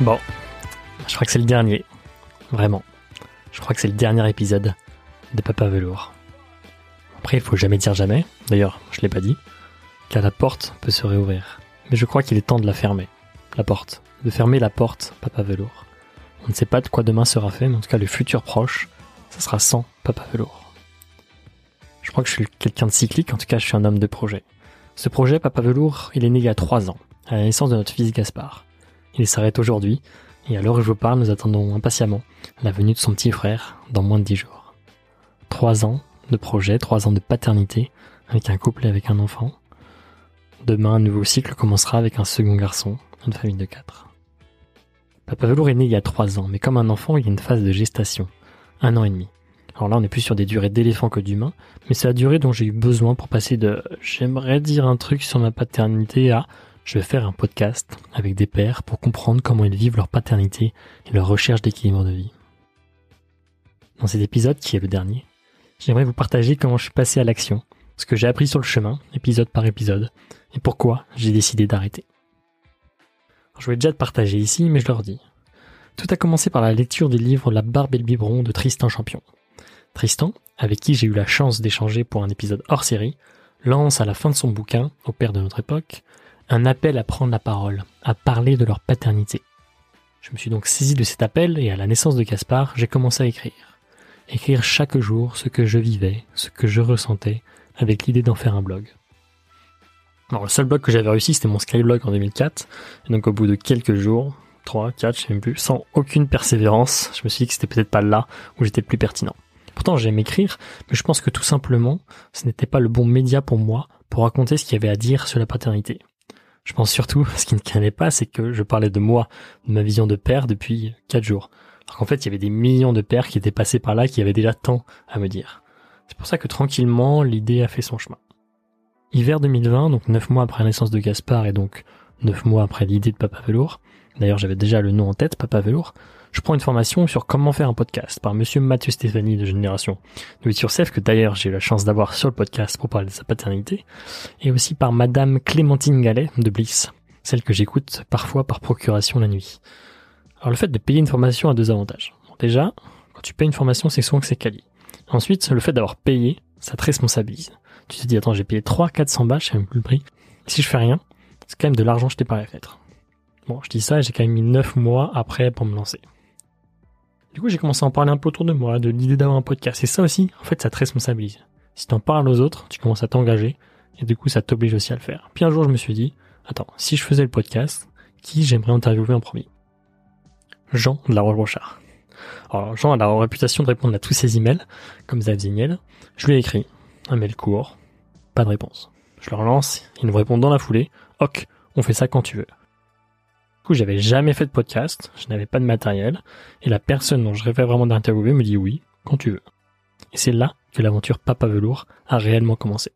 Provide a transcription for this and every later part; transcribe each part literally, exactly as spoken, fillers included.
Bon, je crois que c'est le dernier. Vraiment. Je crois que c'est le dernier épisode de Papa Velours. Après, il faut jamais dire jamais. D'ailleurs, je l'ai pas dit. Car la porte peut se réouvrir. Mais je crois qu'il est temps de la fermer. La porte. De fermer la porte, Papa Velours. On ne sait pas de quoi demain sera fait, mais en tout cas, le futur proche, ça sera sans Papa Velours. Je crois que je suis quelqu'un de cyclique, en tout cas, je suis un homme de projet. Ce projet, Papa Velours, il est né il y a trois ans, à la naissance de notre fils Gaspard. Il s'arrête aujourd'hui, et à l'heure où je vous parle, nous attendons impatiemment la venue de son petit frère dans moins de dix jours. Trois ans de projet, trois ans de paternité, avec un couple et avec un enfant. Demain, un nouveau cycle commencera avec un second garçon, une famille de quatre. Papa Velours est né il y a trois ans, mais comme un enfant, il y a une phase de gestation, un an et demi. Alors là, on est plus sur des durées d'éléphant que d'humain, mais c'est la durée dont j'ai eu besoin pour passer de « j'aimerais dire un truc sur ma paternité » à « je vais faire un podcast avec des pères pour comprendre comment ils vivent leur paternité et leur recherche d'équilibre de vie ». Dans cet épisode, qui est le dernier, j'aimerais vous partager comment je suis passé à l'action, ce que j'ai appris sur le chemin, épisode par épisode, et pourquoi j'ai décidé d'arrêter. Alors, je vais déjà te partager ici, mais je leur dis. Tout a commencé par la lecture des livres La Barbe et le Biberon de Tristan Champion. Tristan, avec qui j'ai eu la chance d'échanger pour un épisode hors série, lance à la fin de son bouquin, au père de notre époque, un appel à prendre la parole, à parler de leur paternité. Je me suis donc saisi de cet appel et à la naissance de Gaspard, j'ai commencé à écrire. Écrire chaque jour ce que je vivais, ce que je ressentais, avec l'idée d'en faire un blog. Alors le seul blog que j'avais réussi, c'était mon Skyblog en deux mille quatre, et donc au bout de quelques jours, trois, quatre, je sais même plus, sans aucune persévérance, je me suis dit que c'était peut-être pas là où j'étais le plus pertinent. Pourtant j'aime écrire, mais je pense que tout simplement, ce n'était pas le bon média pour moi pour raconter ce qu'il y avait à dire sur la paternité. Je pense surtout, ce qui ne calait pas, c'est que je parlais de moi, de ma vision de père depuis quatre jours. Alors qu'en fait, il y avait des millions de pères qui étaient passés par là, qui avaient déjà tant à me dire. C'est pour ça que tranquillement, l'idée a fait son chemin. Hiver deux mille vingt, donc neuf mois après la naissance de Gaspard et donc neuf mois après l'idée de Papa Velours, d'ailleurs j'avais déjà le nom en tête, Papa Velours, je prends une formation sur comment faire un podcast par monsieur Mathieu Stéphanie de Génération de It Yourself, que d'ailleurs j'ai eu la chance d'avoir sur le podcast pour parler de sa paternité, et aussi par madame Clémentine Gallet de Bliss, celle que j'écoute parfois par procuration la nuit. Alors le fait de payer une formation a deux avantages. Bon, déjà, quand tu payes une formation, c'est souvent que c'est quali. Ensuite, le fait d'avoir payé, ça te responsabilise. Tu te dis, attends, j'ai payé trois cents à quatre cents balles, je sais même plus le prix. Si je fais rien, c'est quand même de l'argent jeté par la fenêtre. Bon, je dis ça, j'ai quand même mis neuf mois après pour me lancer. Du coup, j'ai commencé à en parler un peu autour de moi, de l'idée d'avoir un podcast. Et ça aussi, en fait, ça te responsabilise. Si t'en parles aux autres, tu commences à t'engager, et du coup, ça t'oblige aussi à le faire. Puis un jour, je me suis dit, attends, si je faisais le podcast, qui j'aimerais interviewer en premier? Jean de la Roche-Brochard. Alors, Jean a la réputation de répondre à tous ses emails, comme Xav Ziniel. Je lui ai écrit un mail court, pas de réponse. Je le relance, il me répond dans la foulée, ok, on fait ça quand tu veux. Du coup, j'avais jamais fait de podcast, je n'avais pas de matériel, et la personne dont je rêvais vraiment d'interviewer me dit oui, quand tu veux. Et c'est là que l'aventure Papa Velours a réellement commencé.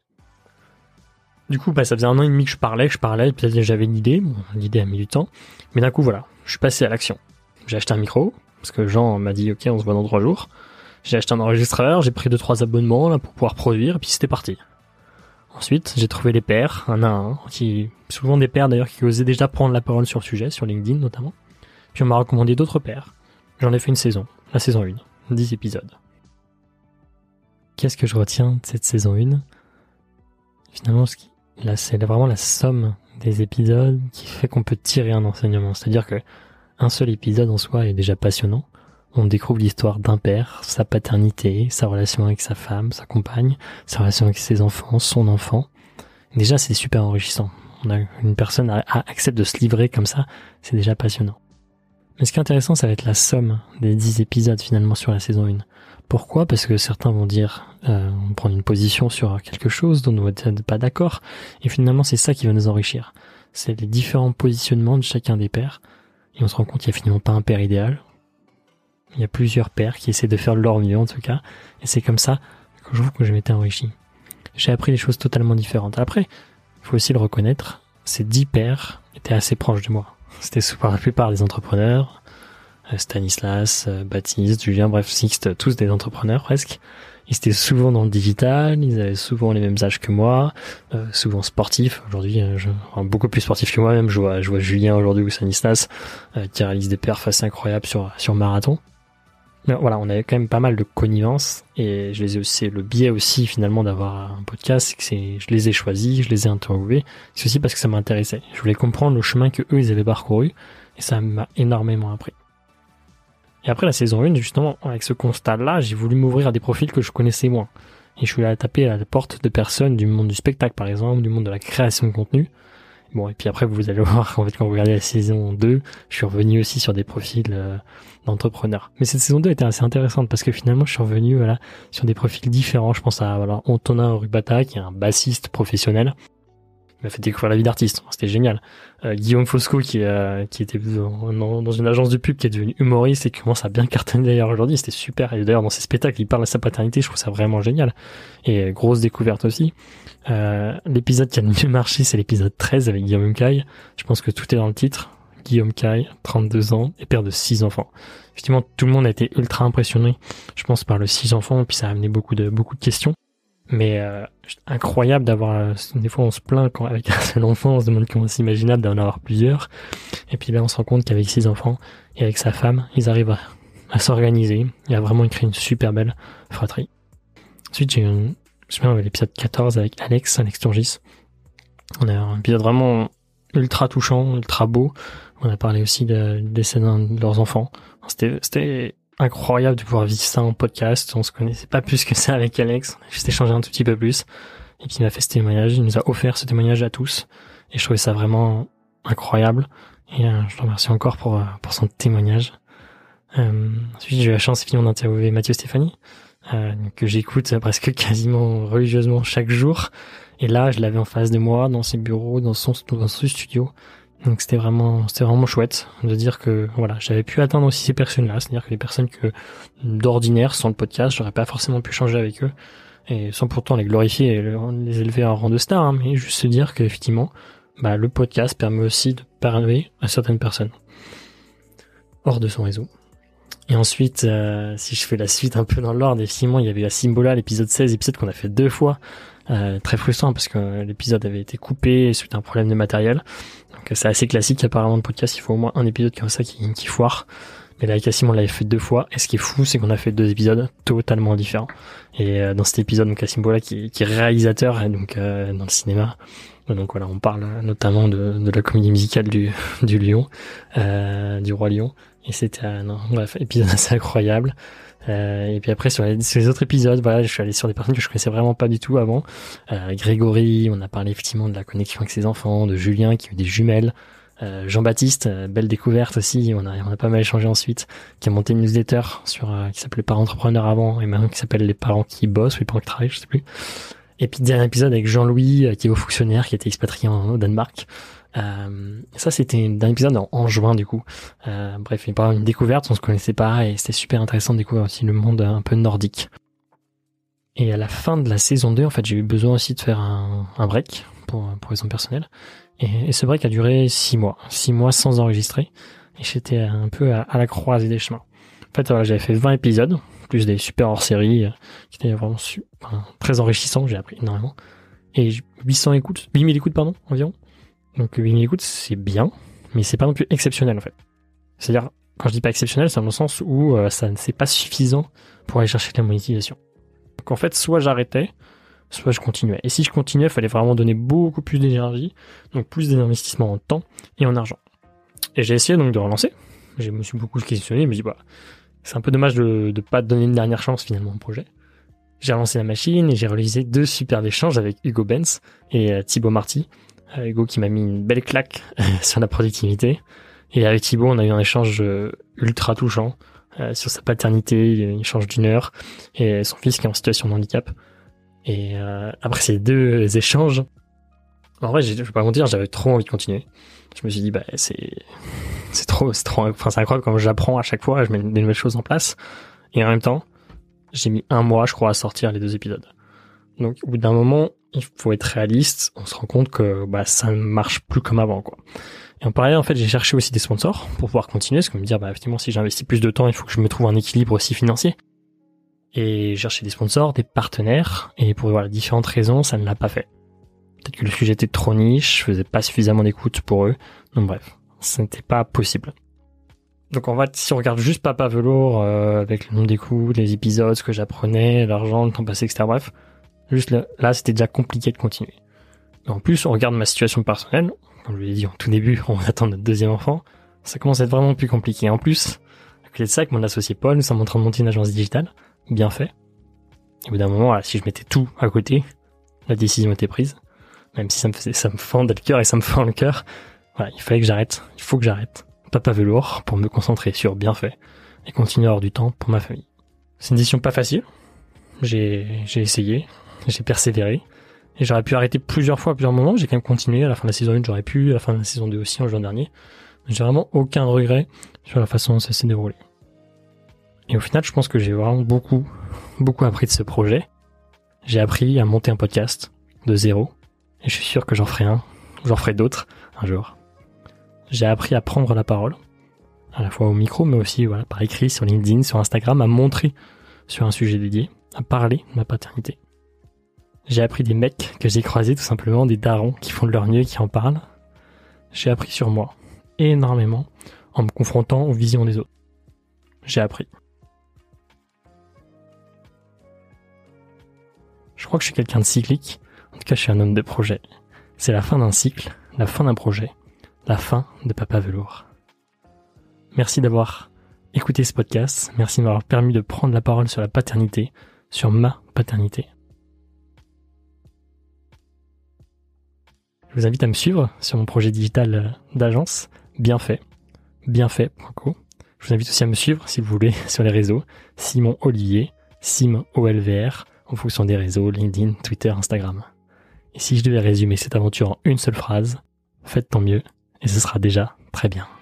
Du coup, bah, ça faisait un an et demi que je parlais, que je parlais, et puis j'avais une idée, bon, l'idée a mis du temps, mais d'un coup, voilà, je suis passé à l'action. J'ai acheté un micro, parce que Jean m'a dit ok, on se voit dans trois jours. J'ai acheté un enregistreur, j'ai pris deux trois abonnements là pour pouvoir produire, et puis c'était parti. Ensuite, j'ai trouvé les pairs, un à un, qui souvent des pairs d'ailleurs qui osaient déjà prendre la parole sur le sujet, sur LinkedIn notamment. Puis on m'a recommandé d'autres pairs. J'en ai fait une saison, la saison un, dix épisodes. Qu'est-ce que je retiens de cette saison un? Finalement, ce qui, là, c'est vraiment la somme des épisodes qui fait qu'on peut tirer un enseignement. C'est-à-dire que un seul épisode en soi est déjà passionnant. On découvre l'histoire d'un père, sa paternité, sa relation avec sa femme, sa compagne, sa relation avec ses enfants, son enfant. Déjà, c'est super enrichissant. On a une personne à, à accepte de se livrer comme ça, c'est déjà passionnant. Mais ce qui est intéressant, ça va être la somme des dix épisodes finalement sur la saison un. Pourquoi? Parce que certains vont dire, euh, on va prendre une position sur quelque chose dont on n'est pas d'accord, et finalement c'est ça qui va nous enrichir. C'est les différents positionnements de chacun des pères, et on se rend compte qu'il n'y a finalement pas un père idéal. Il y a plusieurs pères qui essaient de faire de leur mieux en tout cas, et c'est comme ça que je trouve que je m'étais enrichi. J'ai appris des choses totalement différentes. Après, il faut aussi le reconnaître, ces dix pères étaient assez proches de moi. C'était souvent la plupart des entrepreneurs, euh, Stanislas, euh, Baptiste, Julien, bref, Sixte, tous des entrepreneurs presque. Ils étaient souvent dans le digital, ils avaient souvent les mêmes âges que moi, euh, souvent sportifs. Aujourd'hui, euh, je, enfin, beaucoup plus sportifs que moi même. Je vois, je vois Julien aujourd'hui ou Stanislas euh, qui réalise des perfs assez incroyables sur sur marathon. Mais voilà, on avait quand même pas mal de connivence et je les ai aussi, c'est le biais aussi finalement d'avoir un podcast, c'est que c'est, je les ai choisis, je les ai interviewés. C'est aussi parce que ça m'intéressait. Je voulais comprendre le chemin que eux ils avaient parcouru et ça m'a énormément appris. Et après la saison un, justement, avec ce constat-là, j'ai voulu m'ouvrir à des profils que je connaissais moins. Et je suis allé taper à la porte de personnes du monde du spectacle, par exemple, du monde de la création de contenu. Bon, et puis après, vous allez voir, en fait, quand vous regardez la saison deux, je suis revenu aussi sur des profils euh, d'entrepreneurs. Mais cette saison deux était assez intéressante parce que finalement, je suis revenu voilà, sur des profils différents. Je pense à voilà, Antonin Rubata, qui est un bassiste professionnel. Il m'a fait découvrir la vie d'artiste, c'était génial. Euh, Guillaume Fosco qui, euh, qui était dans, dans une agence de pub, qui est devenu humoriste et qui commence à bien cartonner d'ailleurs aujourd'hui, c'était super. Et d'ailleurs dans ses spectacles, il parle de sa paternité, je trouve ça vraiment génial. Et euh, grosse découverte aussi. Euh, l'épisode qui a le mieux marché, c'est l'épisode treize avec Guillaume Caille. Je pense que tout est dans le titre. Guillaume Caille, trente-deux ans, et père de six enfants. Effectivement, tout le monde a été ultra impressionné, je pense, par le six enfants, et puis ça a amené beaucoup de, beaucoup de questions. Mais euh, incroyable d'avoir, euh, des fois on se plaint quand avec un seul enfant, on se demande comment c'est imaginable d'en avoir plusieurs. Et puis là on se rend compte qu'avec six enfants et avec sa femme, ils arrivent à, à s'organiser et à vraiment créer une super belle fratrie. Ensuite j'ai eu, je me souviens, l'épisode quatorze avec Alex, Alex Turgis. On a un épisode vraiment ultra touchant, ultra beau. On a parlé aussi de, de décès d'un de leurs enfants. C'était, c'était incroyable de pouvoir vivre ça en podcast. On se connaissait pas plus que ça avec Alex. On a juste échangé un tout petit peu plus. Et puis il m'a fait ce témoignage. Il nous a offert ce témoignage à tous. Et je trouvais ça vraiment incroyable. Et euh, je le remercie encore pour, euh, pour son témoignage. Euh, ensuite, j'ai eu la chance effectivement d'interviewer Mathieu Stéphanie, euh, que j'écoute presque quasiment religieusement chaque jour. Et là, je l'avais en face de moi, dans ses bureaux, dans son, dans son studio. Donc c'était vraiment, c'était vraiment chouette de dire que voilà, j'avais pu atteindre aussi ces personnes-là, c'est-à-dire que les personnes que d'ordinaire sans le podcast, j'aurais pas forcément pu changer avec eux, et sans pourtant les glorifier et les élever à un rang de star, hein, mais juste se dire qu'effectivement, bah le podcast permet aussi de parler à certaines personnes hors de son réseau. Et ensuite, euh, si je fais la suite un peu dans l'ordre, effectivement, il y avait la Symbola, l'épisode seize, épisode qu'on a fait deux fois, euh, très frustrant parce que l'épisode avait été coupé suite à un problème de matériel. Donc c'est assez classique apparemment de podcast, il faut au moins un épisode comme ça qui, qui foire. Mais là, Cassim, on l'avait fait deux fois. Et ce qui est fou, c'est qu'on a fait deux épisodes totalement différents. Et euh, dans cet épisode, donc Cassim Bola, qui, qui est réalisateur, donc euh, dans le cinéma. Donc voilà, on parle notamment de, de la comédie musicale du, du Lion, euh, du Roi Lion. Et c'était, euh, non, bref, épisode assez incroyable. Euh, et puis après, sur les, sur les autres épisodes, voilà, je suis allé sur des personnes que je connaissais vraiment pas du tout avant. Euh, Grégory, on a parlé effectivement de la connexion avec ses enfants, de Julien qui a eu des jumelles. Euh, Jean-Baptiste, euh, belle découverte aussi, on a, on a pas mal échangé ensuite, qui a monté une newsletter sur, euh, qui s'appelait Parents Entrepreneurs avant, et maintenant qui s'appelle Les Parents qui bossent, ou Les Parents qui travaillent, je sais plus. Et puis dernier épisode avec Jean-Louis, euh, qui est haut fonctionnaire, qui était expatrié en, au Danemark. Euh, ça c'était un dernier épisode en, en juin du coup. Euh, bref, il y a une découverte, on se connaissait pas, et c'était super intéressant de découvrir aussi le monde un peu nordique. Et à la fin de la saison deux, en fait, j'ai eu besoin aussi de faire un, un break pour, pour raison personnelle. Et, et ce break a duré six mois. Six mois sans enregistrer. Et j'étais un peu à, à la croisée des chemins. En fait, voilà, j'avais fait vingt épisodes, plus des super hors-série, euh, qui étaient vraiment super, enfin, très enrichissants, j'ai appris énormément. Et huit cents écoutes, huit mille écoutes, pardon, environ. Donc huit mille écoutes, c'est bien, mais c'est pas non plus exceptionnel, en fait. C'est-à-dire, quand je dis pas exceptionnel, c'est dans le sens où euh, ça c'est pas suffisant pour aller chercher la monétisation. Donc en fait, soit j'arrêtais, soit je continuais. Et si je continuais, il fallait vraiment donner beaucoup plus d'énergie, donc plus d'investissement en temps et en argent. Et j'ai essayé donc de relancer. Je me suis beaucoup questionné, je me dis bah c'est un peu dommage de ne pas donner une dernière chance finalement au projet. J'ai relancé la machine et j'ai réalisé deux super échanges avec Hugo Benz et euh, Thibaut Marty. Euh, Hugo qui m'a mis une belle claque sur la productivité. Et avec Thibaut, on a eu un échange euh, ultra touchant euh, sur sa paternité, un échange d'une heure, et son fils qui est en situation de handicap. Et euh, après ces deux échanges, en vrai, je vais pas mentir, j'avais trop envie de continuer. Je me suis dit, bah c'est c'est trop, c'est trop, enfin c'est incroyable comme j'apprends à chaque fois, je mets des nouvelles choses en place. Et en même temps, j'ai mis un mois, je crois, à sortir les deux épisodes. Donc au bout d'un moment, il faut être réaliste. On se rend compte que bah ça ne marche plus comme avant, quoi. Et en parallèle, en fait, j'ai cherché aussi des sponsors pour pouvoir continuer, parce que me dire, bah, effectivement, si j'investis plus de temps, il faut que je me trouve un équilibre aussi financier. Et j'ai cherché des sponsors, des partenaires, et pour voilà, différentes raisons, ça ne l'a pas fait. Peut-être que le sujet était trop niche, je faisais pas suffisamment d'écoute pour eux. Donc bref, ce n'était pas possible. Donc en fait, si on regarde juste Papa Velours, euh, avec le nombre d'écoutes, les épisodes, ce que j'apprenais, l'argent, le temps passé, et cetera. Bref, juste là, là, c'était déjà compliqué de continuer. Et en plus, on regarde ma situation personnelle. Comme je l'ai dit en tout début, on attend notre deuxième enfant. Ça commence à être vraiment plus compliqué. En plus, à côté de ça, avec mon associé Paul, nous sommes en train de monter une agence digitale. Bien fait. Et au bout d'un moment, voilà, si je mettais tout à côté, la décision était prise. Même si ça me faisait, ça me fend le cœur et ça me fend le cœur. Voilà, il fallait que j'arrête. Il faut que j'arrête. Papa Velours pour me concentrer sur bien fait et continuer à avoir du temps pour ma famille. C'est une décision pas facile. J'ai, j'ai essayé. J'ai persévéré. Et j'aurais pu arrêter plusieurs fois à plusieurs moments. J'ai quand même continué. À la fin de la saison un, j'aurais pu. À la fin de la saison deux aussi, en juin dernier. J'ai vraiment aucun regret sur la façon dont ça s'est déroulé. Et au final, je pense que j'ai vraiment beaucoup, beaucoup appris de ce projet. J'ai appris à monter un podcast de zéro. Et je suis sûr que j'en ferai un, ou j'en ferai d'autres un jour. J'ai appris à prendre la parole, à la fois au micro, mais aussi voilà, par écrit, sur LinkedIn, sur Instagram, à montrer sur un sujet dédié, à parler de ma paternité. J'ai appris des mecs que j'ai croisés, tout simplement, des darons qui font de leur mieux et qui en parlent. J'ai appris sur moi, énormément, en me confrontant aux visions des autres. J'ai appris. Je crois que je suis quelqu'un de cyclique. En tout cas, je suis un homme de projet. C'est la fin d'un cycle, la fin d'un projet, la fin de Papa Velours. Merci d'avoir écouté ce podcast. Merci de m'avoir permis de prendre la parole sur la paternité, sur ma paternité. Je vous invite à me suivre sur mon projet digital d'agence, Bienfait, bienfait point co. Je vous invite aussi à me suivre, si vous voulez, sur les réseaux, Simon Olivier, Sim O L V R, en fonction des réseaux, LinkedIn, Twitter, Instagram. Et si je devais résumer cette aventure en une seule phrase, faites tant mieux, et ce sera déjà très bien.